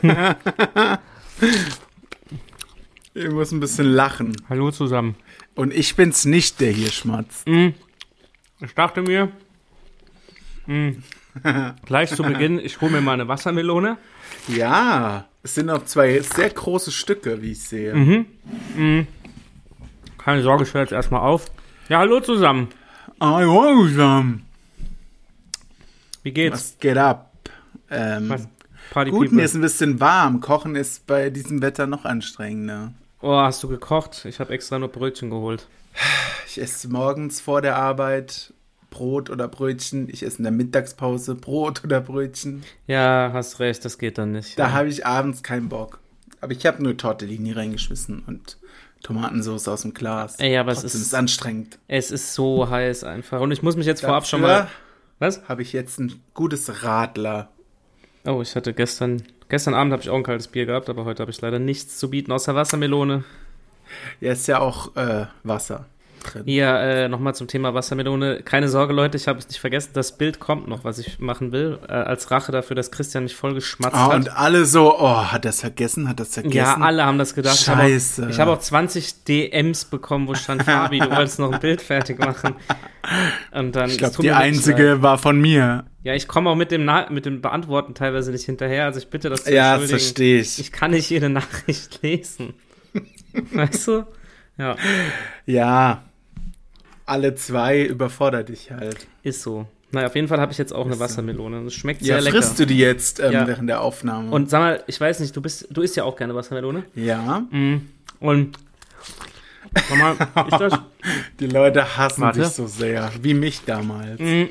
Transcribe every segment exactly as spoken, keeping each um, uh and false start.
Ich muss ein bisschen lachen. Hallo zusammen. Und ich bin's nicht, der hier schmatzt. Mm. Ich dachte mir, mm, gleich zu Beginn, ich hole mir mal eine Wassermelone. Ja, es sind noch zwei sehr große Stücke, wie ich sehe. Mhm. Mm. Keine Sorge, ich höre jetzt erstmal auf. Ja, hallo zusammen. Hallo zusammen. Wie geht's? Was geht ab? Ähm, Was? Party gut, People. mir ist ein bisschen warm. Kochen ist bei diesem Wetter noch anstrengender. Oh, hast du gekocht? Ich habe extra nur Brötchen geholt. Ich esse morgens vor der Arbeit Brot oder Brötchen. Ich esse in der Mittagspause Brot oder Brötchen. Ja, hast recht, das geht dann nicht. Da ja. habe ich abends keinen Bock. Aber ich habe nur Tortellini reingeschmissen und Tomatensauce aus dem Glas. Ey, aber es Trotzdem ist, ist anstrengend. es ist so heiß einfach. Und ich muss mich jetzt vorab Dafür schon mal... Was? habe ich jetzt ein gutes Radler. Oh, ich hatte gestern... Gestern Abend habe ich auch ein kaltes Bier gehabt, aber heute habe ich leider nichts zu bieten, außer Wassermelone. Ja, ist ja auch äh, Wasser drin. Hier, äh, nochmal zum Thema Wassermelone. Keine Sorge, Leute, ich habe es nicht vergessen. Das Bild kommt noch, was ich machen will. Äh, als Rache dafür, dass Christian mich voll geschmatzt Oh, hat. und alle so, oh, hat das vergessen, hat das vergessen? Ja, alle haben das gedacht. Scheiße. Ich habe auch, ich hab auch zwanzig D Ms bekommen, wo stand, Fabi, du wolltest noch ein Bild fertig machen. Und dann, Ich glaube, es tut die mir wirklich einzige leid. war von mir. Ja, ich komme auch mit dem, Na- mit dem Beantworten teilweise nicht hinterher. Also ich bitte das zu Ja, das entschuldigen. verstehe ich. Ich kann nicht jede Nachricht lesen. Weißt du? Ja, Ja, alle zwei überfordert dich halt. ist so. Naja, auf jeden Fall habe ich jetzt auch eine Ist so. Wassermelone. Das schmeckt Ja, sehr lecker. frisst du die jetzt ähm, Ja. während der Aufnahme? Und sag mal, ich weiß nicht, du bist, du isst ja auch gerne Wassermelone. ja, Mhm. Und sag mal, ist das? die Leute hassen Warte. dich so sehr, wie mich damals. Mhm.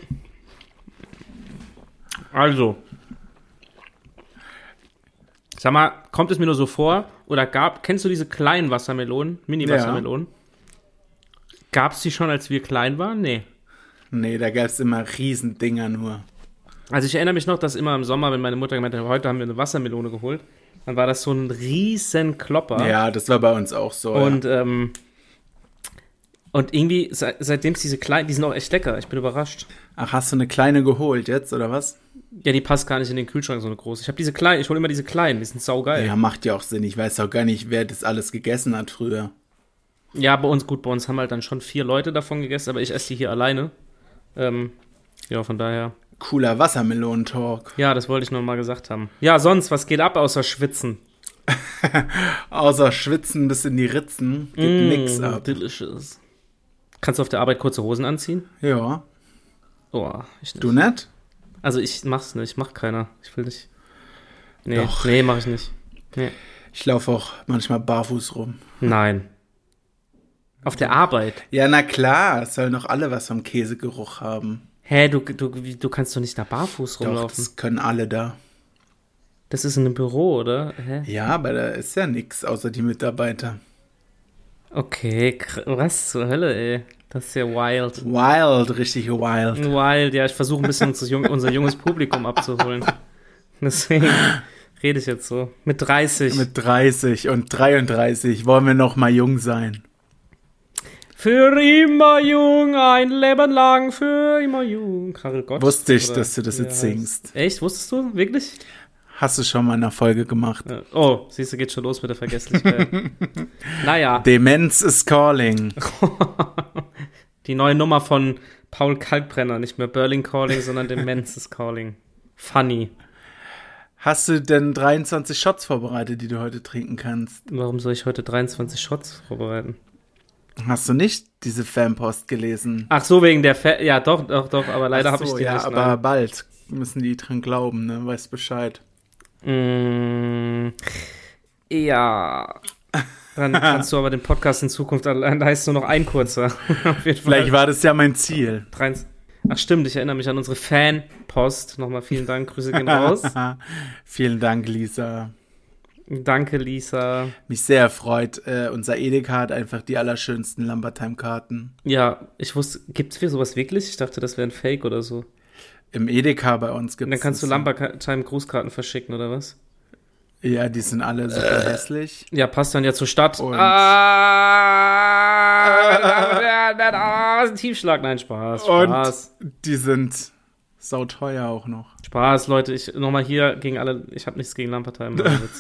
Also, sag mal, kommt es mir nur so vor, oder gab, kennst du diese kleinen Wassermelonen, Mini-Wassermelonen? Gab es die schon, als wir klein waren? Nee. Nee, da gab es immer Riesendinger nur. Also ich erinnere mich noch, dass immer im Sommer, wenn meine Mutter gemeint hat, heute haben wir eine Wassermelone geholt, dann war das so ein riesen Klopper. Ja, das war bei uns auch so. Und, ja. ähm, und irgendwie, seit, seitdem es diese kleinen, die sind auch echt lecker, ich bin überrascht. Ach, hast du eine kleine geholt jetzt, oder was? Ja, die passt gar nicht in den Kühlschrank, so eine große. Ich habe diese kleinen, ich hole immer diese kleinen, die sind saugeil. Ja, macht ja auch Sinn. Ich weiß auch gar nicht, wer das alles gegessen hat früher. Ja, bei uns, gut, bei uns haben halt dann schon vier Leute davon gegessen, aber ich esse die hier alleine. Ähm, ja, von daher. Cooler Wassermelonen-Talk. Ja, das wollte ich noch mal gesagt haben. Ja, sonst, was geht ab außer Schwitzen? Außer schwitzen bis in die Ritzen geht nix ab. Delicious. Kannst du auf der Arbeit kurze Hosen anziehen? Ja, Oh, ich nicht. du nicht? Also ich mach's nicht, ich mach keiner. Ich will nicht. Nee, Doch. nee, mach ich nicht. Nee. Ich laufe auch manchmal barfuß rum. Nein. Auf der Arbeit? Ja, na klar, es sollen doch alle was vom Käsegeruch haben. Hä, du, du, wie- du kannst doch nicht da barfuß Doch, rumlaufen. das können alle da. Das ist in einem Büro, oder? Hä? Ja, aber da ist ja nix, außer die Mitarbeiter. Okay, kr- was zur Hölle, ey. Das ist ja wild. Wild, richtig wild. Wild, ja, ich versuche ein bisschen unser, jung, unser junges Publikum abzuholen. Deswegen rede ich jetzt so. Mit dreißig. Mit dreißig und dreiunddreißig wollen wir noch mal jung sein. Für immer jung, ein Leben lang, für immer jung. Karel Gott. Wusste ich, oder dass du das wie jetzt er heißt. singst. Echt? Wusstest du? Wirklich? Hast du schon mal in einer Folge gemacht. Ja. Oh, siehst du, geht schon los mit der Vergesslichkeit. Naja. Demenz is calling. Die neue Nummer von Paul Kalkbrenner. Nicht mehr Berlin Calling, sondern Demenz is Calling. Funny. Hast du denn dreiundzwanzig Shots vorbereitet, die du heute trinken kannst? Warum soll ich heute dreiundzwanzig Shots vorbereiten? Hast du nicht diese Fanpost gelesen? Ach so, wegen der Fa- Ja, doch, doch, doch, aber leider Ach habe ich so, die ja, nicht. aber nein. bald müssen die dran glauben, ne? Weißt Bescheid. Mm, ja. Dann kannst du aber den Podcast in Zukunft, allein, da ist nur noch ein kurzer. Auf jeden Fall. Vielleicht war das ja mein Ziel. Dreins- Ach stimmt, ich erinnere mich an unsere Fanpost. Nochmal vielen Dank, Grüße gehen raus. Vielen Dank, Lisa. Danke, Lisa. Mich sehr erfreut. Äh, unser Edeka hat einfach die allerschönsten Lambertheim-Karten. Ja, ich wusste, gibt's für sowas wirklich? Ich dachte, das wäre ein Fake oder so. Im Edeka bei uns gibt Und es. dann kannst du Lambertheim Grußkarten verschicken, oder was? Ja, die sind alle super hässlich. Ja, passt dann ja zur Stadt. Und- Ah, was ein Tiefschlag. Nein, Spaß, Spaß. Und die sind Sau teuer auch noch. Spaß, Leute, ich nochmal hier gegen alle, ich habe nichts gegen Lampertheim.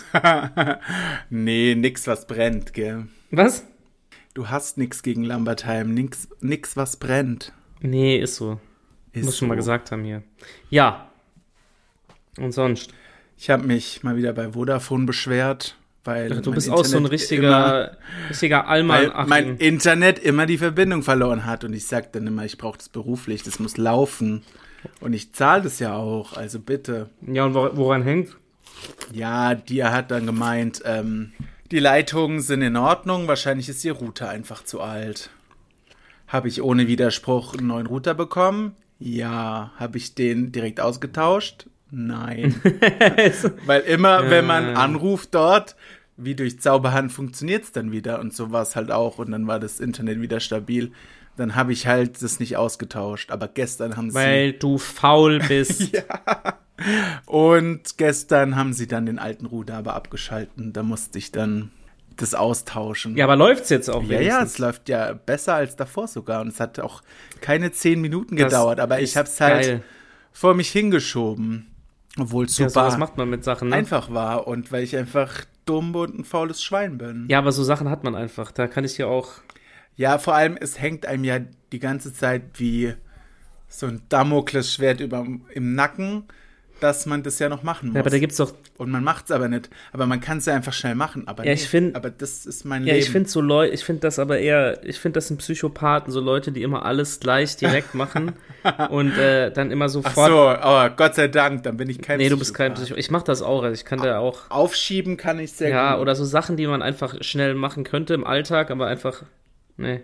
Nee, nix, was brennt, gell? Was? Du hast nix gegen Lambertheim, nix, nix, was brennt. Nee, ist so. Ist Muss schon so. mal gesagt haben hier. Ja. Und sonst? Ich habe mich mal wieder bei Vodafone beschwert, weil Du mein bist auch so ein Internet richtiger, richtiger weil Allmann. mein Internet immer die Verbindung verloren hat. Und ich sag dann immer, ich brauche das beruflich, das muss laufen. Und ich zahle das ja auch, also bitte. Ja, und woran hängt? Ja, die hat dann gemeint, ähm, die Leitungen sind in Ordnung, wahrscheinlich ist ihr Router einfach zu alt. Habe ich ohne Widerspruch einen neuen Router bekommen? Ja. Habe ich den direkt ausgetauscht? Nein. Weil immer, Ja. wenn man anruft dort, wie durch Zauberhand funktioniert es dann wieder. Und so war es halt auch. Und dann war das Internet wieder stabil. Dann habe ich halt das nicht ausgetauscht. Aber gestern haben sie... Weil du faul bist. Ja. Und gestern haben sie dann den alten Router aber abgeschalten. Da musste ich dann das austauschen. Ja, aber läuft's jetzt auch Ja, ja, wenigstens? es läuft ja besser als davor sogar. Und es hat auch keine zehn Minuten Das gedauert. Aber ist ich habe es halt geil. vor mich hingeschoben. Obwohl es Ja, super sowas macht man mit Sachen, ne? einfach war. Und weil ich einfach dumm und ein faules Schwein bin. Ja, aber so Sachen hat man einfach. Da kann ich ja auch... Ja, vor allem, es hängt einem ja die ganze Zeit wie so ein Damoklesschwert über, im Nacken, dass man das ja noch machen muss. Ja, aber da gibt's doch... Und man macht es aber nicht. Aber man kann es ja einfach schnell machen. Aber Ja, nee, ich find- aber das ist mein Ja, Leben. ich finde so Leute, ich finde das aber eher, ich finde das sind Psychopathen, so Leute, die immer alles gleich direkt machen und äh, dann immer Ach sofort... so, oh, Gott sei Dank, dann bin ich kein Nee, du bist kein Psychopath. Psycho. Ich mach das auch, also ich kann da auch... Aufschieben kann ich sehr Ja, gut. oder so Sachen, die man einfach schnell machen könnte im Alltag, aber einfach... Nee.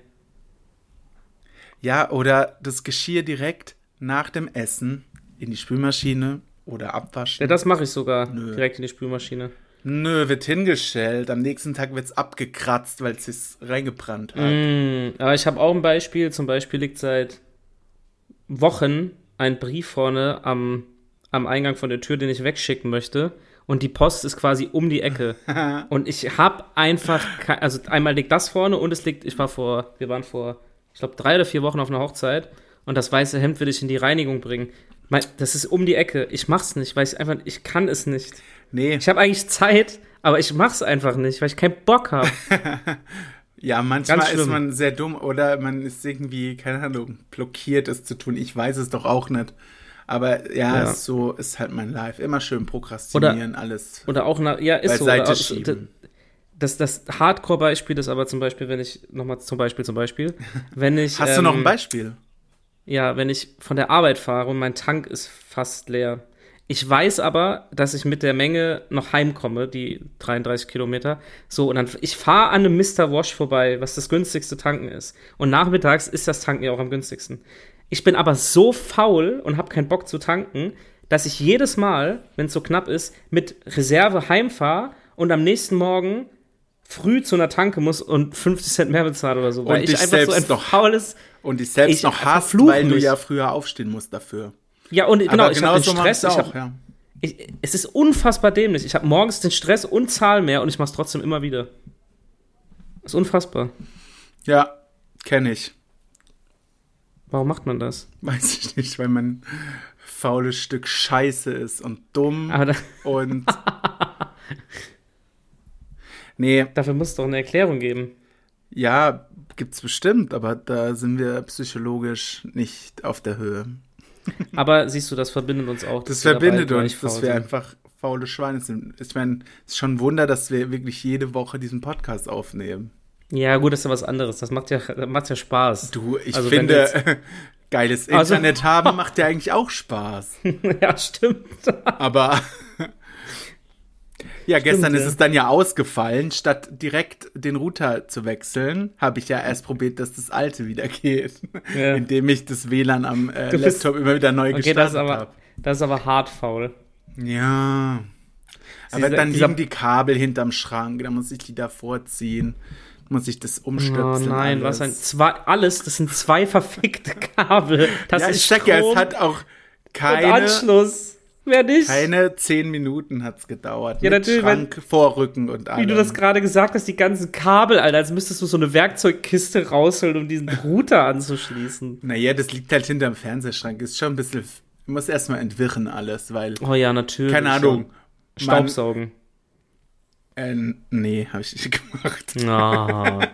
Ja, oder das Geschirr direkt nach dem Essen in die Spülmaschine oder abwaschen. Ja, das mache ich sogar Nö. direkt in die Spülmaschine. Nö, wird hingestellt. Am nächsten Tag wird's abgekratzt, weil es sich reingebrannt hat. Mm, aber ich habe auch ein Beispiel. Zum Beispiel liegt seit Wochen ein Brief vorne am, am Eingang von der Tür, den ich wegschicken möchte. Und die Post ist quasi um die Ecke. Und ich habe einfach, ke- also einmal liegt das vorne und es liegt, ich war vor, wir waren vor, ich glaube, drei oder vier Wochen auf einer Hochzeit und das weiße Hemd will ich in die Reinigung bringen. Mein, das ist um die Ecke. Ich mach's nicht, weil ich einfach, ich kann es nicht. Nee, Ich habe eigentlich Zeit, aber ich mach's einfach nicht, weil ich keinen Bock habe. ja, manchmal Ganz ist schlimm. man sehr dumm oder man ist irgendwie, keine Ahnung, blockiert, es zu tun. Ich weiß es doch auch nicht. Aber ja, Ja. Ist so ist halt mein Life. Immer schön prokrastinieren, alles Oder auch, na, ja, ist so. beiseite Oder, schieben. Das, das Hardcore-Beispiel ist aber zum Beispiel, wenn ich, nochmal zum Beispiel, zum Beispiel, wenn ich. Hast du ähm, noch ein Beispiel? Ja, wenn ich von der Arbeit fahre und mein Tank ist fast leer. Ich weiß aber, dass ich mit der Menge noch heimkomme, die dreiunddreißig Kilometer. So, und dann, ich fahre an einem Mister Wash vorbei, was das günstigste Tanken ist. Und nachmittags ist das Tanken ja auch am günstigsten. Ich bin aber so faul und habe keinen Bock zu tanken, dass ich jedes Mal, wenn es so knapp ist, mit Reserve heimfahre und am nächsten Morgen früh zu einer Tanke muss und fünfzig Cent mehr bezahle oder so. Und Weil ich dich einfach so ein selbst noch- faules... Und dich selbst ich noch hasst, verfluch weil du mich. ja früher aufstehen musst dafür. Ja, und genau, Aber ich habe den genauso Stress. machst Ich du hab, auch, ja. ich, es ist unfassbar dämlich. Ich habe morgens den Stress und zahl mehr und ich mach's trotzdem immer wieder. Das ist unfassbar. Ja, kenne ich. Warum macht man das? Weiß ich nicht, weil man ein faules Stück Scheiße ist und dumm Aber da, und nee, dafür muss es doch eine Erklärung geben. ja, gibt's bestimmt, aber da sind wir psychologisch nicht auf der Höhe. Aber siehst du, das verbindet uns auch. Das dass wir verbindet dabei uns, gleich dass faul wir sind. einfach faule Schweine sind. Ich meine, es ist schon ein Wunder, dass wir wirklich jede Woche diesen Podcast aufnehmen. Ja, gut, das ist ja was anderes. Das macht ja, das macht ja Spaß. Du, ich Also wenn finde, geiles Also- Internet haben macht ja eigentlich auch Spaß. Ja, stimmt. Aber ja, gestern ja. ist es dann ja ausgefallen. Statt direkt den Router zu wechseln, habe ich ja erst probiert, dass das alte wieder geht. Ja. Indem ich das W L A N am äh, Du bist- Laptop immer wieder neu Okay, das ist gestartet aber, habe. das ist aber hart faul. Ja. Aber Dieser- dann dieser- liegen die Kabel hinterm Schrank, da muss ich die davor ziehen, muss ich das Oh umstöpseln. nein, alles. was ein, zwei, alles, das sind zwei verfickte Kabel. Das ja, ist ich sag ja, es Strom hat auch und keine, Anschluss. Wer nicht? keine zehn Minuten hat's gedauert. Ja, mit natürlich, Schrank, Vorrücken und allem. Wie du das gerade gesagt hast, die ganzen Kabel, Alter, als müsstest du so eine Werkzeugkiste rausholen, um diesen Router anzuschließen. Naja, das liegt halt hinterm Fernsehschrank. Ist schon ein bisschen muss erstmal entwirren alles, weil, Oh ja, natürlich. keine Ahnung. Staubsaugen. Man, äh, nee, habe ich nicht gemacht. Ah.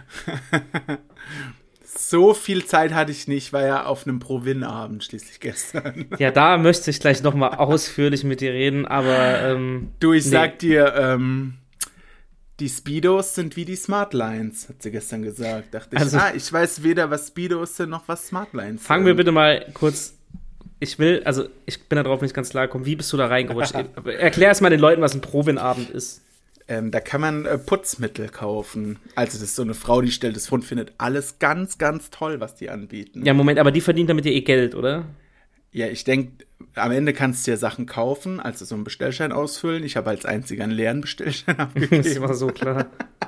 So viel Zeit hatte ich nicht, war ja auf einem Pro-Win-Abend schließlich gestern. Ja, da möchte ich gleich nochmal ausführlich mit dir reden, aber ähm, Du, ich nee. sag dir, ähm, die Speedos sind wie die Smartlines, hat sie gestern gesagt. Dachte ich, Also- ah, ich weiß weder, was Speedos sind, noch was Smartlines Fangen sind. wir bitte mal kurz. Ich will, also ich bin darauf nicht ganz klar gekommen. Wie bist du da reingerutscht? Erklär erst mal den Leuten, was ein Pro-Win-Abend ist. Ähm, da kann man äh, Putzmittel kaufen. Also das ist so eine Frau, die stellt das vor und findet alles ganz, ganz toll, was die anbieten. Ja, Moment, aber die verdient damit ja eh Geld, oder? Ja, ich denke, am Ende kannst du dir Sachen kaufen, also so einen Bestellschein ausfüllen. Ich habe als einziger einen leeren Bestellschein Das abgegeben. war so klar.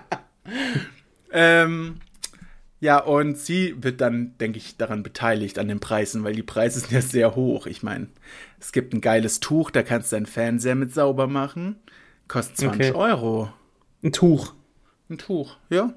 ähm, ja, und sie wird dann, denke ich, daran beteiligt an den Preisen, weil die Preise sind ja sehr hoch. Ich meine, es gibt ein geiles Tuch, da kannst du deinen Fernseher mit sauber machen. Kostet zwanzig Okay. Euro. Ein Tuch. Ein Tuch, ja.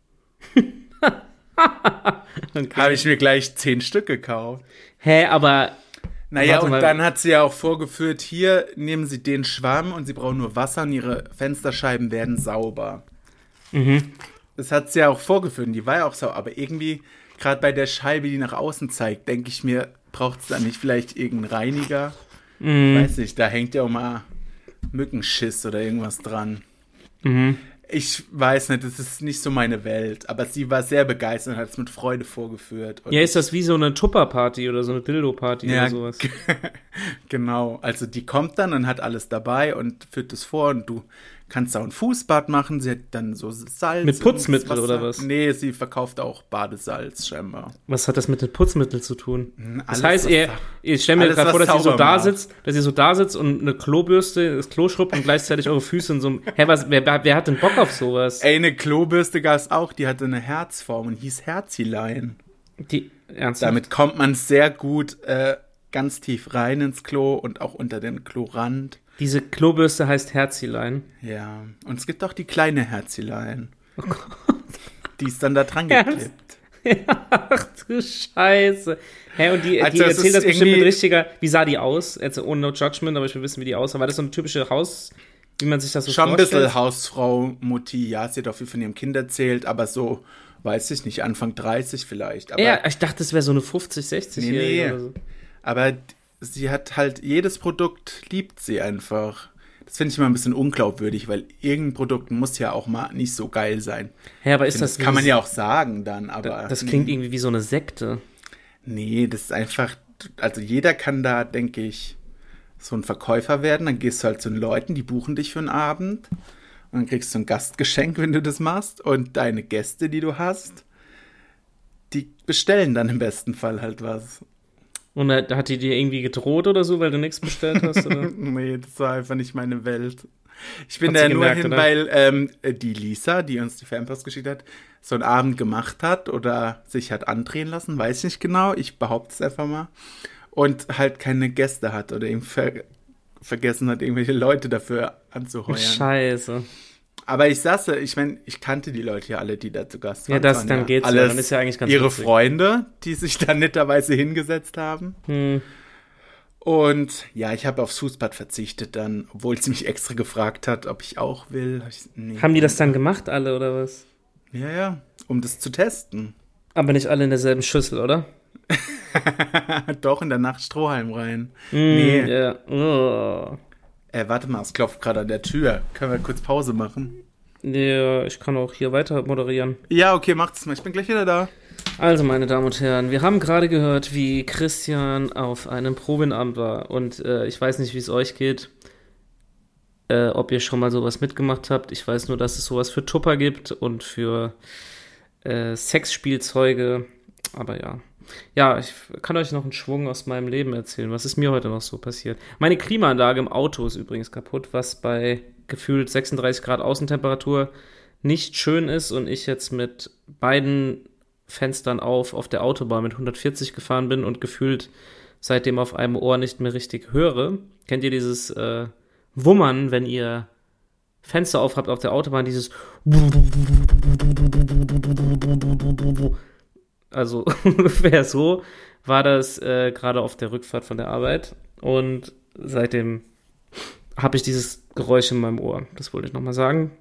Okay. Habe ich mir gleich zehn Stück gekauft. Hä, aber Naja, Warte und mal. dann hat sie ja auch vorgeführt, hier nehmen Sie den Schwamm und Sie brauchen nur Wasser und Ihre Fensterscheiben werden sauber. Mhm. Das hat sie ja auch vorgeführt und die war ja auch sauber. Aber irgendwie, gerade bei der Scheibe, die nach außen zeigt, denke ich mir, braucht es da nicht vielleicht irgendeinen Reiniger? Mhm. Weiß nicht, da hängt ja auch mal Mückenschiss oder irgendwas dran. Mhm. Ich weiß nicht, das ist nicht so meine Welt. Aber sie war sehr begeistert und hat es mit Freude vorgeführt. Und Ja, ist das wie so eine Tupper-Party oder so eine Dildo-Party Ja, oder sowas? genau. Also die kommt dann und hat alles dabei und führt es vor und du kannst auch ein Fußbad machen. Sie hat dann so Salz. Mit Putzmittel ins Wasser. oder was? Nee, sie verkauft auch Badesalz scheinbar. Was hat das mit den Putzmitteln zu tun? Das Alles, heißt, was ihr, sa- ich stelle mir alles, gerade vor, was dass ihr so sauber da macht. sitzt, dass ihr so da sitzt und eine Klobürste, das Klo schrubbt und gleichzeitig eure Füße in so einem. Hä, was, wer, wer hat denn Bock auf sowas? Ey, eine Klobürste gab es auch, die hatte eine Herzform und hieß Herzilein. Die, ernsthaft? Damit kommt man sehr gut äh, ganz tief rein ins Klo und auch unter den Klorand. Diese Klobürste heißt Herzilein. Ja, und es gibt auch die kleine Herzilein. Oh Gott. Die ist dann da dran Ernst? geklebt. Ach du Scheiße. Hä, und die, Also die es erzählt ist das bestimmt mit irgendwie- richtiger. Wie sah die aus? Jetzt ohne No Judgment, aber ich will wissen, wie die aussah. War das so eine typische Haus, wie man sich das so Schon ein vorstellt? bisschen Hausfrau, Mutti, ja, sie hat auch viel von ihrem Kind erzählt, aber so, weiß ich nicht, Anfang dreißig vielleicht. Aber, Ja, ich dachte, das wäre so eine fünfzig, sechzig-Jährige Nee, nee. oder so. aber sie hat halt, jedes Produkt liebt sie einfach. Das finde ich immer ein bisschen unglaubwürdig, weil irgendein Produkt muss ja auch mal nicht so geil sein. Hä, aber ist Das, das kann man wie- ja auch sagen dann, aber Das klingt irgendwie wie so eine Sekte. nee, das ist einfach, also jeder kann da, denke ich, so ein Verkäufer werden. Dann gehst du halt zu den Leuten, die buchen dich für einen Abend und dann kriegst du ein Gastgeschenk, wenn du das machst und deine Gäste, die du hast, die bestellen dann im besten Fall halt was. Und da hat die dir irgendwie gedroht oder so, weil du nichts bestellt hast? Oder? Nee, das war einfach nicht meine Welt. Ich bin Hat da sie nur gemerkt, hin, oder? weil ähm, die Lisa, die uns die Fanpost geschickt hat, so einen Abend gemacht hat oder sich hat andrehen lassen, weiß ich nicht genau. Ich behaupte es einfach mal. Und halt keine Gäste hat oder eben ver vergessen hat, irgendwelche Leute dafür anzuheuern. Scheiße. Aber ich saß, da, ich meine, ich kannte die Leute ja alle, die da zu Gast waren. Ja, das- waren dann geht's ja, alles dann ist ja eigentlich ganz ihre witzig. Freunde, die sich da netterweise hingesetzt haben. Hm. Und ja, ich habe aufs Fußbad verzichtet dann, obwohl sie mich extra gefragt hat, ob ich auch will. Hab ich, nee. Haben die das dann gemacht, alle, oder was? Ja, ja, um das zu testen. Aber nicht alle in derselben Schüssel, oder? Doch, in der Nacht Strohhalm rein. Mm, Nee. Ja. Oh. Äh, warte mal, es klopft gerade an der Tür. Können wir kurz Pause machen? Ja, ich kann auch hier weiter moderieren. Ja, okay, macht's mal. Ich bin gleich wieder da. Also, meine Damen und Herren, wir haben gerade gehört, wie Christian auf einem Probenamt war. Und äh, ich weiß nicht, wie es euch geht, äh, ob ihr schon mal sowas mitgemacht habt. Ich weiß nur, dass es sowas für Tupper gibt und für äh, Sexspielzeuge. Aber ja. Ja, ich kann euch noch einen Schwung aus meinem Leben erzählen. Was ist mir heute noch so passiert? Meine Klimaanlage im Auto ist übrigens kaputt, was bei gefühlt sechsunddreißig Grad Außentemperatur nicht schön ist und ich jetzt mit beiden Fenstern auf auf der Autobahn mit hundertvierzig gefahren bin und gefühlt seitdem auf einem Ohr nicht mehr richtig höre. Kennt ihr dieses äh, Wummern, wenn ihr Fenster aufhabt auf der Autobahn, dieses Also ungefähr so war das äh, gerade auf der Rückfahrt von der Arbeit. Und seitdem habe ich dieses Geräusch in meinem Ohr. Das wollte ich nochmal sagen.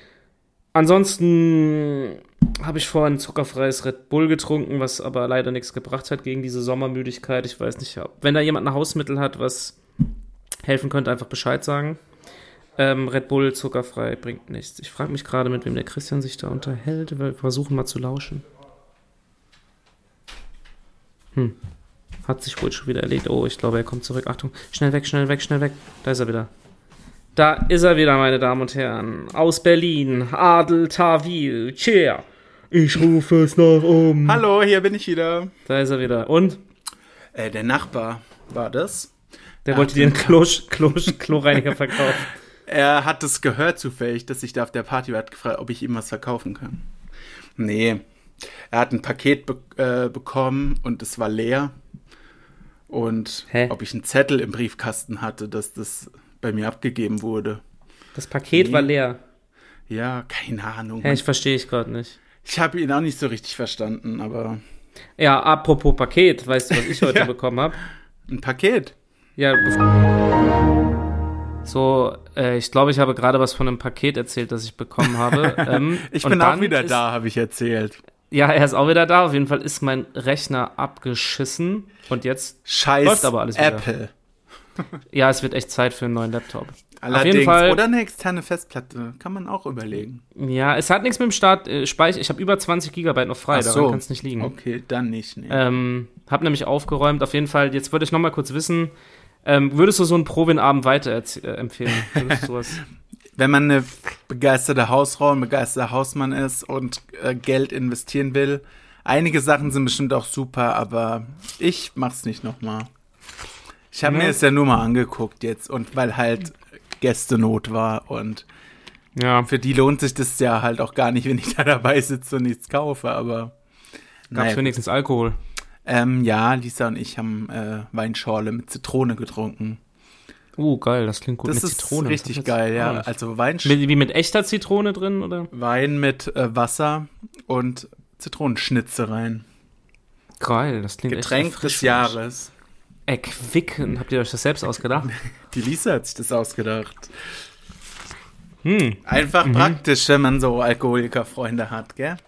Ansonsten habe ich vorhin zuckerfreies Red Bull getrunken, was aber leider nichts gebracht hat gegen diese Sommermüdigkeit. Ich weiß nicht, wenn da jemand ein Hausmittel hat, was helfen könnte, einfach Bescheid sagen. Ähm, Red Bull zuckerfrei bringt nichts. Ich frage mich gerade, mit wem der Christian sich da unterhält. Wir versuchen mal zu lauschen. Hm. Hat sich wohl schon wieder erledigt. Oh, ich glaube, er kommt zurück. Achtung, schnell weg, schnell weg, schnell weg. Da ist er wieder. Da ist er wieder, meine Damen und Herren. Aus Berlin. Adel Tawil. Cheer. Ich rufe es noch um. Hallo, hier bin ich wieder. Da ist er wieder. Und? Äh, der Nachbar war das. Der er wollte dir einen Klosch, Klosch, Kloreiniger verkaufen. Er hat es gehört zufällig, dass ich da auf der Party war, hat gefragt, ob ich ihm was verkaufen kann. Nee. Er hat ein Paket be- äh, bekommen und es war leer. Und Hä? ob ich einen Zettel im Briefkasten hatte, dass das bei mir abgegeben wurde. Das Paket Nee. war leer. Ja, keine Ahnung. Hä, ich verstehe ich gerade nicht. Ich habe ihn auch nicht so richtig verstanden, aber... Ja, apropos Paket, weißt du, was ich heute Ja. bekommen habe? Ein Paket? Ja, so, äh, ich glaube, ich habe gerade was von einem Paket erzählt, das ich bekommen habe. Ähm, Ich und bin auch dann wieder ist, da, habe ich erzählt. Ja, er ist auch wieder da. Auf jeden Fall ist mein Rechner abgeschissen. Und jetzt Scheiß läuft aber alles wieder. Apple. Ja, es wird echt Zeit für einen neuen Laptop. Allerdings. Auf jeden Fall, Oder eine externe Festplatte. Kann man auch überlegen. Ja, es hat nichts mit dem Start, äh, Speicher. Ich habe über zwanzig Gigabyte noch frei, Ach so. daran kann es nicht liegen. Okay, dann nicht. Nee. Ähm, hab nämlich aufgeräumt. Auf jeden Fall, jetzt würde ich noch mal kurz wissen, ähm, würdest du so einen Provin-Abend weiter äh, empfehlen? Würdest du sowas? Wenn man eine begeisterte Hausfrau, ein begeisterter Hausmann ist und äh, Geld investieren will, einige Sachen sind bestimmt auch super, aber ich mach's nicht nochmal. Ich habe Ja. mir es ja nur mal angeguckt jetzt und weil halt Gästenot war und Ja, für die lohnt sich das ja halt auch gar nicht, wenn ich da dabei sitze und nichts kaufe, aber gab's naja. wenigstens Alkohol. Ähm, ja, Lisa und ich haben äh, Weinschorle mit Zitrone getrunken. Uh, geil, das klingt gut Das mit ist Zitrone. richtig Das hab ich geil, jetzt ja. auch nicht. Also Wein, Mit, wie mit echter Zitrone drin, oder? Wein mit äh, Wasser und Zitronenschnitze rein. Geil, das klingt Getränk echt des erfrischend. Jahres. Erquicken, habt ihr euch das selbst ausgedacht? Die Lisa hat sich das ausgedacht. Hm, Einfach praktisch, wenn man so Alkoholikerfreunde hat, gell?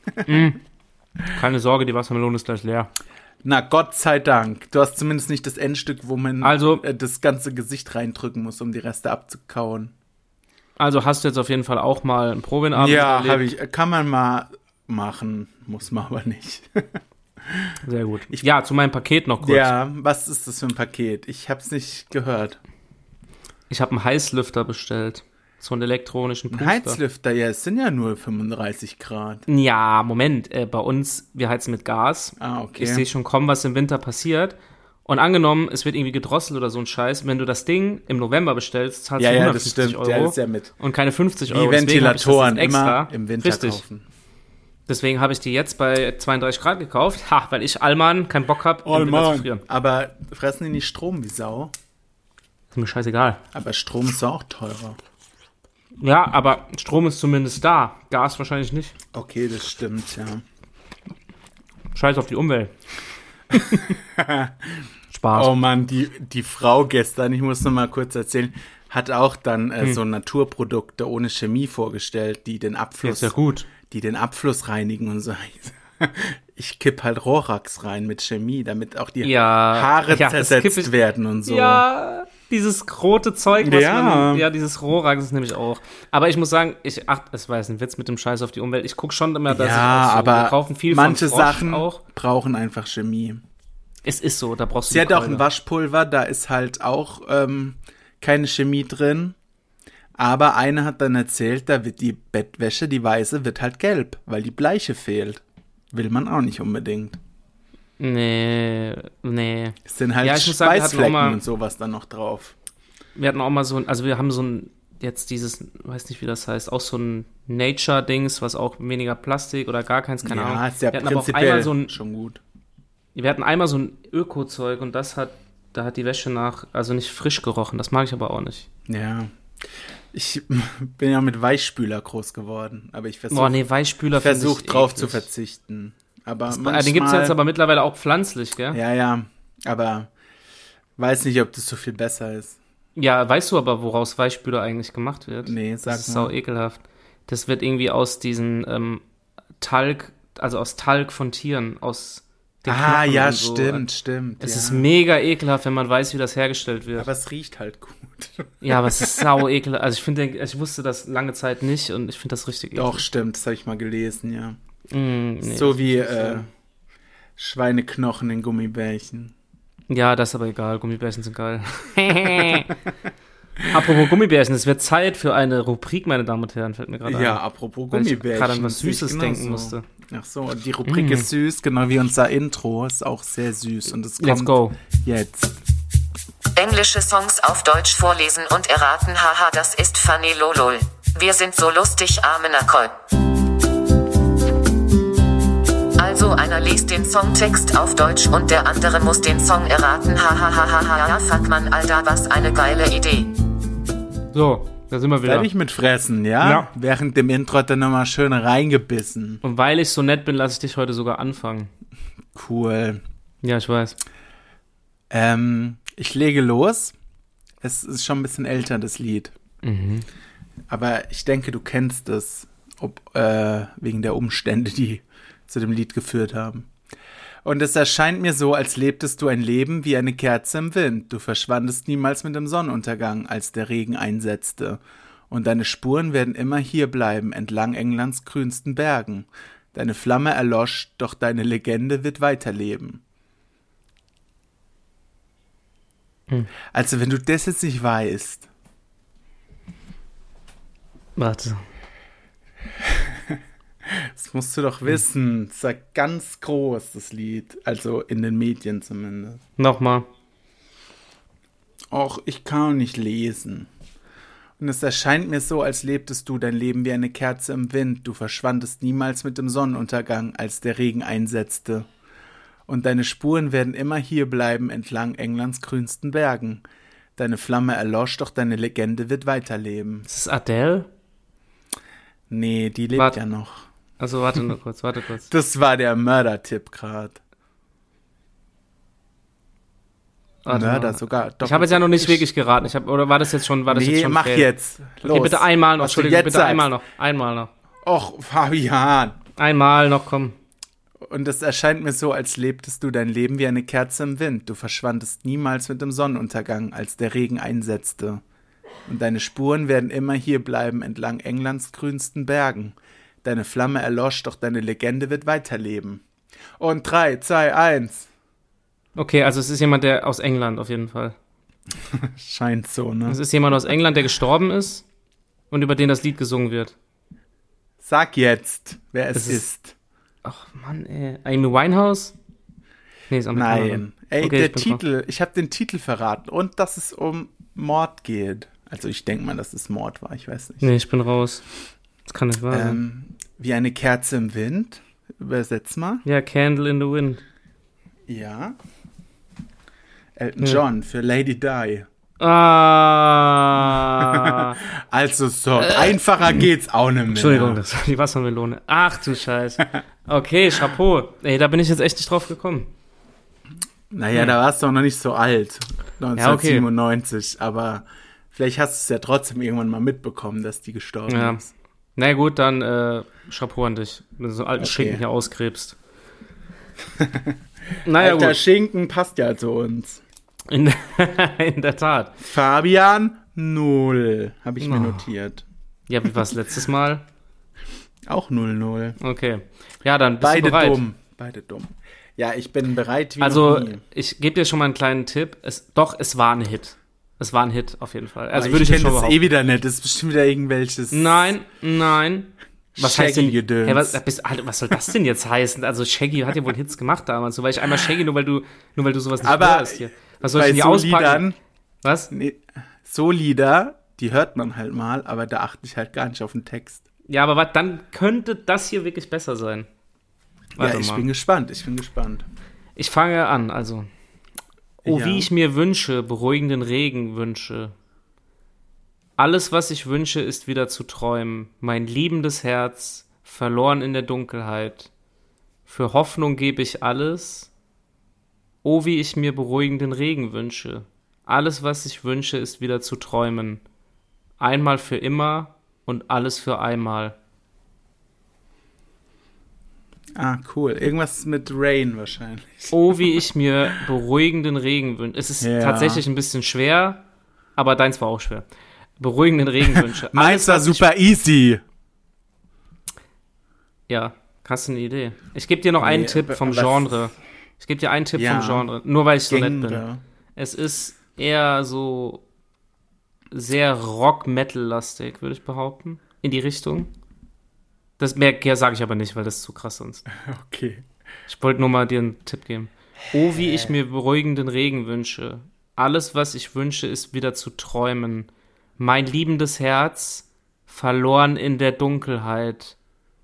keine Sorge, die Wassermelone ist gleich leer. Na, Gott sei Dank. Du hast zumindest nicht das Endstück, wo man Also- äh, das ganze Gesicht reindrücken muss, um die Reste abzukauen. Also hast du jetzt auf jeden Fall auch mal einen Provin-Abend Ja, erlebt. habe ich. äh, Kann man mal machen, muss man aber nicht. Sehr gut. Ja, zu meinem Paket noch kurz. Ja, was ist das für ein Paket? Ich hab's nicht gehört. Ich habe einen Heißlüfter bestellt. So einen elektronischen Ein Puster. Heizlüfter, ja, es sind ja nur fünfunddreißig Grad. Ja, Moment. Äh, bei uns, wir heizen mit Gas. Ah, okay. Ich sehe schon kommen, was im Winter passiert. Und angenommen, es wird irgendwie gedrosselt oder so ein Scheiß. Wenn du das Ding im November bestellst, zahlst Ja, du ja, das hundertfünfzig stimmt. Euro Ja, das ist ja mit. und keine fünfzig Wie Euro. Deswegen hab ich das Ventilatoren jetzt extra. immer im Winter Richtig. kaufen. Deswegen habe ich die jetzt bei zweiunddreißig Grad gekauft. Ha, weil ich Allmann keinen Bock habe, zu frieren. Aber fressen die nicht Strom wie Sau? Ist mir scheißegal. Aber Strom ist auch teurer. Ja, aber Strom ist zumindest da. Gas wahrscheinlich nicht. Okay, das stimmt, ja. Scheiß auf die Umwelt. Spaß. Oh Mann, die, die Frau gestern, ich muss noch mal kurz erzählen, hat auch dann äh, Hm. so Naturprodukte ohne Chemie vorgestellt, die den Abfluss, Ist ja gut. die den Abfluss reinigen und so. Ich kipp halt Rorax rein mit Chemie, damit auch die Ja, Haare ja, das zersetzt kipp ich- werden und so. Ja, dieses rote Zeug, was Ja. man, ja, dieses Rohrax ist nämlich auch. Aber ich muss sagen, ich, ach, es war jetzt ein Witz mit dem Scheiß auf die Umwelt. Ich gucke schon immer, dass Ja, ich auch so, aber wir kaufen viel manche von Frosch Sachen auch. brauchen einfach Chemie. Es ist so, da brauchst du Sie die hat auch Keule. ein Waschpulver, da ist halt auch ähm, keine Chemie drin. Aber eine hat dann erzählt, da wird die Bettwäsche, die weiße, wird halt gelb, weil die Bleiche fehlt. Will man auch nicht unbedingt. Nee, nee. Es sind halt Ja, ich muss sagen, wir hatten Schweißflecken auch mal- und sowas dann noch drauf. Wir hatten auch mal so ein, also wir haben so ein, jetzt dieses, weiß nicht, wie das heißt, auch so ein Nature-Dings, was auch weniger Plastik oder gar keins, keine ja, Ahnung. ist ja wir hatten aber auch prinzipiell einmal so ein, schon gut. wir hatten einmal so ein Öko-Zeug und das hat, da hat die Wäsche nach, also nicht frisch gerochen, das mag ich aber auch nicht. Ja. Ich bin ja mit Weichspüler groß geworden, aber ich Boah, versuche nee, Weichspüler finde versuch ich drauf eklig. zu verzichten. aber Das, manchmal... den gibt es jetzt aber mittlerweile auch pflanzlich, gell? Ja, ja, aber weiß nicht, ob das so viel besser ist. Ja, weißt du aber, woraus Weichspüler eigentlich gemacht wird? Nee, sag Das ist mal. sau ekelhaft. Das wird irgendwie aus diesen ähm, Talg, also aus Talg von Tieren, aus den Ah, Knochen ja, und so. stimmt, stimmt. Es ja. ist mega ekelhaft, wenn man weiß, wie das hergestellt wird. Aber es riecht halt gut. Ja, aber es ist sau ekelhaft. Also ich finde, ich wusste das lange Zeit nicht und ich finde das richtig Doch, ekelhaft. stimmt, das habe ich mal gelesen, ja. Mm, nee, so das wie ist nicht äh, Schweineknochen in Gummibärchen. Ja, das ist aber egal. Gummibärchen sind geil. Apropos Gummibärchen, es wird Zeit für eine Rubrik, meine Damen und Herren, fällt mir gerade ein. Ja, apropos Weil ich Gummibärchen. gerade an was sehe ich Süßes genauso. denken musste. Ach so, und die Rubrik Mm. ist süß, genau wie unser Intro. Ist auch sehr süß. Und es kommt Let's go. jetzt. Englische Songs auf Deutsch vorlesen und erraten. Haha, das ist funny lolol. Wir sind so lustig, arme Nacol. Also einer liest den Songtext auf Deutsch und der andere muss den Song erraten. Hahaha, fuck man, Alter, was eine geile Idee. So, da sind wir wieder. Fertig mit Fressen, ja? Ja. Während dem Intro hat er nochmal schön reingebissen. Und weil ich so nett bin, lasse ich dich heute sogar anfangen. Cool. Ja, ich weiß. Ähm, ich lege los. Es ist schon ein bisschen älter, das Lied. Mhm. Aber ich denke, du kennst es, ob, äh, wegen der Umstände, die zu dem Lied geführt haben. Und es erscheint mir so, als lebtest du ein Leben wie eine Kerze im Wind. Du verschwandest niemals mit dem Sonnenuntergang, als der Regen einsetzte. Und deine Spuren werden immer hier bleiben, entlang Englands grünsten Bergen. Deine Flamme erlosch, doch deine Legende wird weiterleben. Hm. Also, wenn du das jetzt nicht weißt. Warte. Das musst du doch wissen. Das ist ja ganz groß, das Lied. Also in den Medien zumindest. Nochmal. Och, ich kann auch nicht lesen. Und es erscheint mir so, als lebtest du dein Leben wie eine Kerze im Wind. Du verschwandest niemals mit dem Sonnenuntergang, als der Regen einsetzte. Und deine Spuren werden immer hier bleiben, entlang Englands grünsten Bergen. Deine Flamme erlosch, doch deine Legende wird weiterleben. Ist es Adele? Nee, die lebt Wart- ja noch. Also warte nur kurz, warte kurz. Das war der Mörder-Tipp gerade. Warte Mörder mal. sogar. Ich habe jetzt ja noch nicht wirklich geraten. Ich hab, oder war das jetzt schon, war das Nee, jetzt schon mach fail? jetzt. Los. Okay, bitte einmal noch. Was du Entschuldigung, jetzt bitte sagst. einmal noch. Einmal noch. Och, Fabian. Einmal noch, komm. Und es erscheint mir so, als lebtest du dein Leben wie eine Kerze im Wind. Du verschwandest niemals mit dem Sonnenuntergang, als der Regen einsetzte. Und deine Spuren werden immer hier bleiben, entlang Englands grünsten Bergen. Deine Flamme erlosch, doch deine Legende wird weiterleben. Und drei, zwei, eins. Okay, also es ist jemand, der aus England auf jeden Fall. Scheint so, ne? Es ist jemand aus England, der gestorben ist und über den das Lied gesungen wird. Sag jetzt, wer es Es ist- ist. Ach Mann, ey. Amy Winehouse? Nee, ist Amerikanerin. Nein. Ey, Okay, der ich bin drauf. Titel, ich habe den Titel verraten und dass es um Mord geht. Also ich denke mal, dass es Mord war, ich weiß nicht. Nee, ich bin raus. Das kann nicht wahr sein. Ähm, wie eine Kerze im Wind. Übersetz mal. Ja, Candle in the Wind. Ja. Elton Ja. John für Lady Di. Ah. Also so, einfacher geht's auch nicht mehr. Entschuldigung, das war die Wassermelone. Ach du Scheiße. Okay, Chapeau. Ey, da bin ich jetzt echt nicht drauf gekommen. Naja, da warst du auch noch nicht so alt. Ja, okay. neunzehnhundertsiebenundneunzig. Aber vielleicht hast du es ja trotzdem irgendwann mal mitbekommen, dass die gestorben Ja. ist. Na gut, dann äh, Chapeau an dich, wenn du so einen alten Okay. Schinken hier ausgräbst. Naja, Alter gut. Schinken passt ja zu uns. In, in der Tat. Fabian, null. Habe ich mir Oh. notiert. Ja, wie war es letztes Mal? Auch null null. Okay. Ja, dann bist Beide du bereit. dumm. Beide dumm. Ja, ich bin bereit wie Also, noch nie. ich gebe dir schon mal einen kleinen Tipp. Es, doch, es war ein Hit. Es war ein Hit, auf jeden Fall. Also Aber würde ich jetzt kenn schon das behaupten. eh wieder nicht. Das ist bestimmt wieder irgendwelches... Nein, nein. Was heißt denn, Shaggy-Gedöns. hey, was, bist, Alter, was soll das denn jetzt heißen? Also Shaggy hat ja wohl Hits gemacht damals. So war ich einmal Shaggy, nur weil du, nur weil du sowas nicht Aber hörst hier. Was soll ich Bei denn hier so auspacken? Liedern, Was? nee, so Lieder, die hört man halt mal, aber da achte ich halt gar nicht auf den Text. Ja, aber was, dann könnte das hier wirklich besser sein. Warte ja, ich mal. bin gespannt, ich bin gespannt. Ich fange an, also. Oh, Ja. wie ich mir wünsche, beruhigenden Regen wünsche. Alles, was ich wünsche, ist wieder zu träumen. Mein liebendes Herz, verloren in der Dunkelheit. Für Hoffnung gebe ich alles. Oh, wie ich mir beruhigenden Regen wünsche. Alles, was ich wünsche, ist wieder zu träumen. Einmal für immer und alles für einmal. Ah, cool. Irgendwas mit Rain wahrscheinlich. Oh, wie ich mir beruhigenden Regen wünsche. Es ist Ja. tatsächlich ein bisschen schwer, aber deins war auch schwer. Beruhigenden Regen wünsche. Meins war was ich- super easy. Ja, hast du eine Idee? Ich gebe dir noch einen Nee, Tipp vom was- Genre. Ich gebe dir einen Tipp Ja. vom Genre, nur weil ich so nett bin. Genre. Es ist eher so sehr Rock-Metal-lastig, würde ich behaupten. In die Richtung. Das mehr ja, sage ich aber nicht, weil das ist zu krass sonst. Okay. Ich wollte nur mal dir einen Tipp geben. Oh, wie ich mir beruhigenden Regen wünsche. Alles, was ich wünsche, ist wieder zu träumen. Mein liebendes Herz, verloren in der Dunkelheit.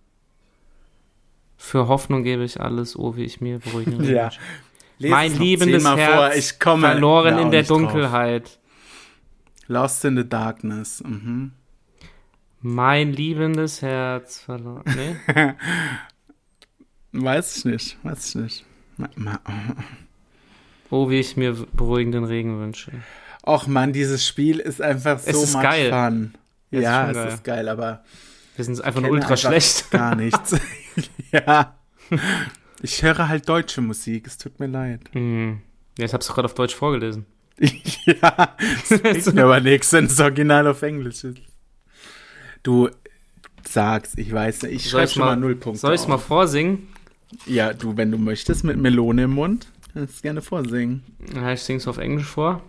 Für Hoffnung gebe ich alles, oh, wie ich mir beruhigenden Regen Ja. wünsche. Lese Mein es noch liebendes zehnmal Herz, vor. Ich komme verloren da in auch der nicht drauf. Dunkelheit. Lost in the Darkness. Mhm. Mein liebendes Herz verloren. Nee? Weiß ich nicht. Weiß ich nicht. Ma- ma- Oh, wie ich mir beruhigenden Regen wünsche. Och man, dieses Spiel ist einfach so Es ist much geil. fun. Es ist Ja, schon es geil. ist geil, aber Wir sind einfach nur kenne ultra einfach schlecht. Gar nichts. Ja. Ich höre halt deutsche Musik, es tut mir leid. Hm. Ja, ich hab's doch gerade auf Deutsch vorgelesen. Ja, das bringt mir aber nichts, wenn das Original auf Englisch ist. Du sagst, ich weiß nicht, ich Soll schreibe ich's schon mal mal- null Punkte Soll ich's mal auf. vorsingen? Ja, du, wenn du möchtest, mit Melone im Mund, kannst du gerne vorsingen. Ja, ich sing's auf Englisch vor.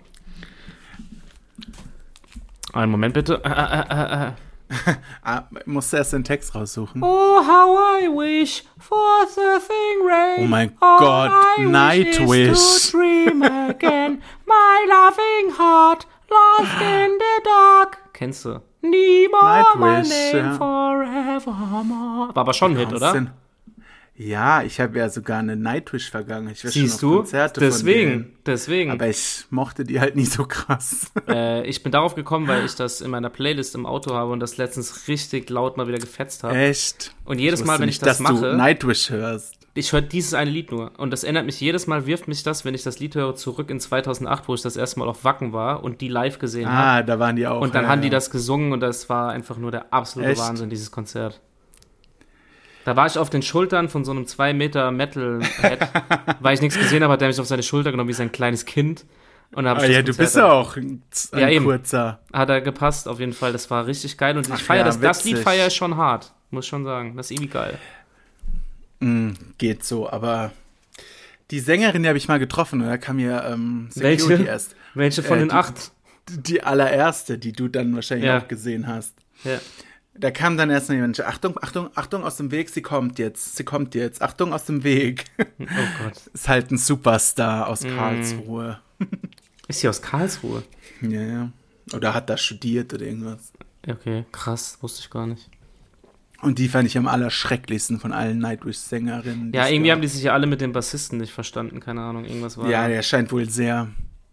Einen Moment bitte. Äh, äh, äh, äh. Ah, musst du erst den Text raussuchen. Oh, how I wish for the thing rain. Oh mein All Gott, I Nightwish. wish is to dream again. My loving heart lost in the dark. Kennst du? Niemals my Nightwish, name ja. forevermore. War aber schon ein Hit, Was oder? denn? Ja, ich habe ja sogar eine Nightwish-Vergangenheit. Ich war schon Siehst auf du? Konzerte von Deswegen, denen. deswegen. Aber ich mochte die halt nie so krass. Äh, ich bin darauf gekommen, weil ich das in meiner Playlist im Auto habe und das letztens richtig laut mal wieder gefetzt habe. Echt? Und jedes Ich Mal, wusste wenn nicht, ich das dass du mache, Nightwish hörst. ich höre dieses eine Lied nur. Und das erinnert mich jedes Mal, wirft mich das, wenn ich das Lied höre, zurück in zweitausendacht, wo ich das erste Mal auf Wacken war und die live gesehen habe. Ah, da waren die auch. Und dann ja, haben die ja. das gesungen und das war einfach nur der absolute Echt? Wahnsinn, dieses Konzert. Da war ich auf den Schultern von so einem zwei Meter Metal-Head, weil ich nichts gesehen habe, hat der mich auf seine Schulter genommen wie sein kleines Kind. Und dann hab Ah, ich das ja, du Konzert bist ja auch ein, ein Ja, eben. kurzer. Hat er gepasst, auf jeden Fall. Das war richtig geil. Und ich Ach feiere ja, das, das Lied witzig. feiere ich schon hart. Muss schon sagen. Das ist irgendwie geil. Mm, geht so, aber die Sängerin, die habe ich mal getroffen und da kam mir ähm, Security Welche? erst. Welche von Äh, den die- acht? Die allererste, die du dann wahrscheinlich Ja. auch gesehen hast. Ja. Da kam dann erst noch jemand, Achtung, Achtung, Achtung aus dem Weg, sie kommt jetzt, sie kommt jetzt, Achtung aus dem Weg. Oh Gott. Ist halt ein Superstar aus Mm. Karlsruhe. Ist sie aus Karlsruhe? Ja, ja. Oder hat da studiert oder irgendwas. Okay, krass. Wusste ich gar nicht. Und die fand ich am allerschrecklichsten von allen Nightwish-Sängerinnen. die Ja, es irgendwie gab. haben die sich ja alle mit dem Bassisten nicht verstanden. Keine Ahnung, irgendwas war Ja, da. der scheint wohl sehr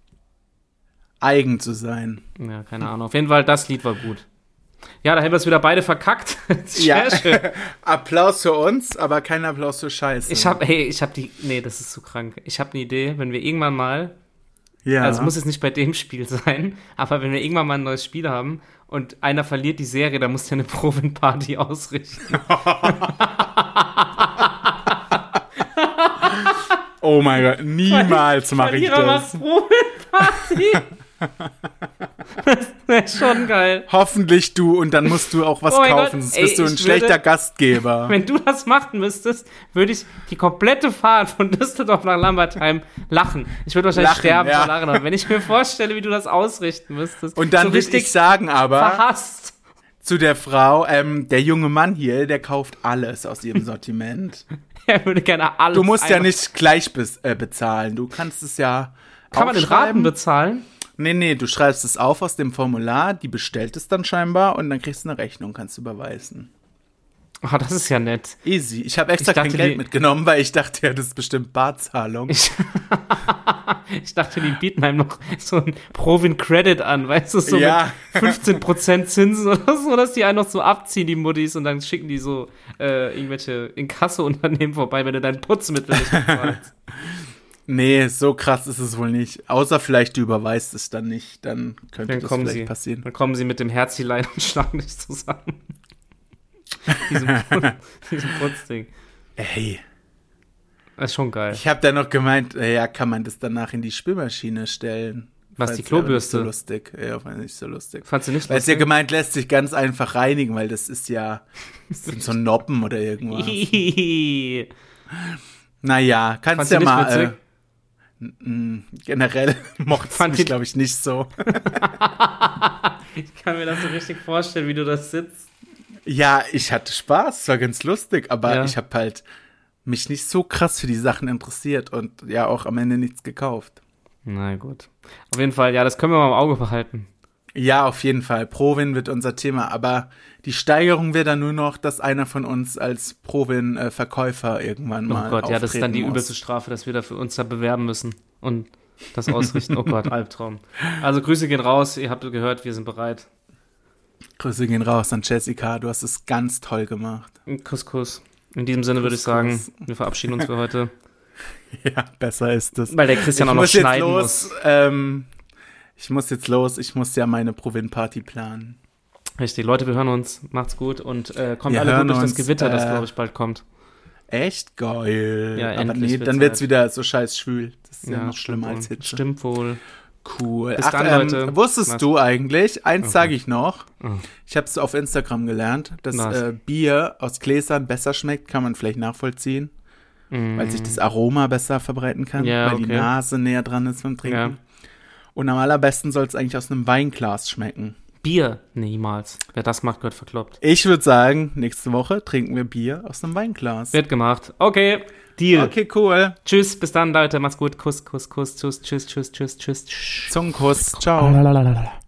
eigen zu sein. Ja, keine Ahnung. Auf jeden Fall, das Lied war gut. Ja, da haben wir es wieder beide verkackt. Ja. Sehr schön. Applaus für uns, aber kein Applaus für Scheiße. Ich hab, hey, ich hab die, nee, das ist zu krank. Ich hab eine Idee, wenn wir irgendwann mal, ja. also muss jetzt nicht bei dem Spiel sein, aber wenn wir irgendwann mal ein neues Spiel haben und einer verliert die Serie, dann muss der eine Proben-Party ausrichten. Oh mein Gott, niemals mache ich Verlierer das. macht Proben-Party. Das wäre schon geil. Hoffentlich du und dann musst du auch was Oh mein kaufen, Gott, sonst ey, bist du ein ich schlechter würde- Gastgeber. Wenn du das machen müsstest, würde ich die komplette Fahrt von Düsseldorf nach Lambertheim lachen. Ich würde wahrscheinlich Lachen, sterben ja. vor Lachen. Aber wenn ich mir vorstelle, wie du das ausrichten müsstest. Und dann so würde richtig ich sagen aber verhasst. zu der Frau, ähm, der junge Mann hier, der kauft alles aus ihrem Sortiment. Er würde gerne alles. Du musst ja einmal- nicht gleich bez äh, bezahlen, du kannst es ja Kann man in Raten aufschreiben. bezahlen? Nee, nee, du schreibst es auf aus dem Formular, die bestellt es dann scheinbar und dann kriegst du eine Rechnung, kannst du überweisen. Oh, das ist ja nett. Easy. Ich habe extra Ich dachte, kein Geld die- mitgenommen, weil ich dachte, ja, das ist bestimmt Barzahlung. Ich, ich dachte, die bieten einem noch so ein Provin-Credit an, weißt du, so Ja. mit fünfzehn Prozent Zinsen oder so, dass die einen noch so abziehen, die Muttis, und dann schicken die so äh, irgendwelche Inkasso-Unternehmen vorbei, wenn du deinen Putzmittel nicht bezahlst. Nee, so krass ist es wohl nicht. Außer vielleicht du überweist es dann nicht, dann könnte Dann das kommen vielleicht sie. passieren. Dann kommen sie mit dem Herzilein und schlagen dich zusammen. Diesem, diesem Putzding. Ey, Das ist schon geil. ich habe da noch gemeint, äh, ja, kann man das danach in die Spülmaschine stellen? Was, Fand's die ja aber Klobürste? Nicht so lustig. Ja, fand ich nicht so lustig. Fandst du nicht Weil es ja lustig? gemeint, lässt sich ganz einfach reinigen, weil das ist ja, das sind so Noppen oder irgendwas. Naja, kannst Fandst ja du nicht mal, witzig? äh, n- generell mochte es Fand mich, ich- glaube ich, nicht so. Ich kann mir das so richtig vorstellen, wie du das sitzt. Ja, ich hatte Spaß, es war ganz lustig, aber Ja. ich habe halt mich nicht so krass für die Sachen interessiert und ja auch am Ende nichts gekauft. Na gut. Auf jeden Fall, ja, das können wir mal im Auge behalten. Ja, auf jeden Fall. Provin wird unser Thema, aber die Steigerung wäre dann nur noch, dass einer von uns als Provin-Verkäufer irgendwann Oh mal Gott, ja, das ist dann die auftreten muss. übelste Strafe, dass wir dafür uns da bewerben müssen und das ausrichten. Oh Gott, Albtraum. Also Grüße gehen raus, ihr habt gehört, wir sind bereit. Grüße gehen raus an Jessica, du hast es ganz toll gemacht. Kuss, Kuss. In diesem Sinne würde ich Kuss, sagen, Kuss. wir verabschieden uns für heute, Ja, besser ist es. weil der Christian Ich auch noch muss jetzt schneiden los, muss. ähm, ich muss jetzt los, ich muss ja meine Provin-Party planen. Richtig, Leute, wir hören uns. Macht's gut und äh, kommt Wir alle hören gut durch das uns, Gewitter, das äh, glaube ich bald kommt. Echt geil. Ja, aber endlich nee, wird's dann wird's halt. wieder so scheiß schwül. Das ist ja, noch stimmt schlimmer wohl. als Hitze. Stimmt wohl. Cool. Bis Ach, dann, ähm, Leute. wusstest Was? du eigentlich, eins Okay. sage ich noch, Oh. ich habe es auf Instagram gelernt, dass Was? äh, Bier aus Gläsern besser schmeckt, kann man vielleicht nachvollziehen, Mm. weil sich das Aroma besser verbreiten kann, Ja, weil die okay. Nase näher dran ist beim Trinken. Ja. Und am allerbesten soll es eigentlich aus einem Weinglas schmecken. Bier? Niemals. Wer das macht, gehört verkloppt. Ich würde sagen, nächste Woche trinken wir Bier aus einem Weinglas. Wird gemacht. Okay, Deal. Okay, cool. Tschüss, bis dann, Leute. Macht's gut. Kuss, Kuss, Kuss. Tschüss, tschüss, tschüss, tschüss, tschüss. Zungenkuss. Ciao. Lalalala.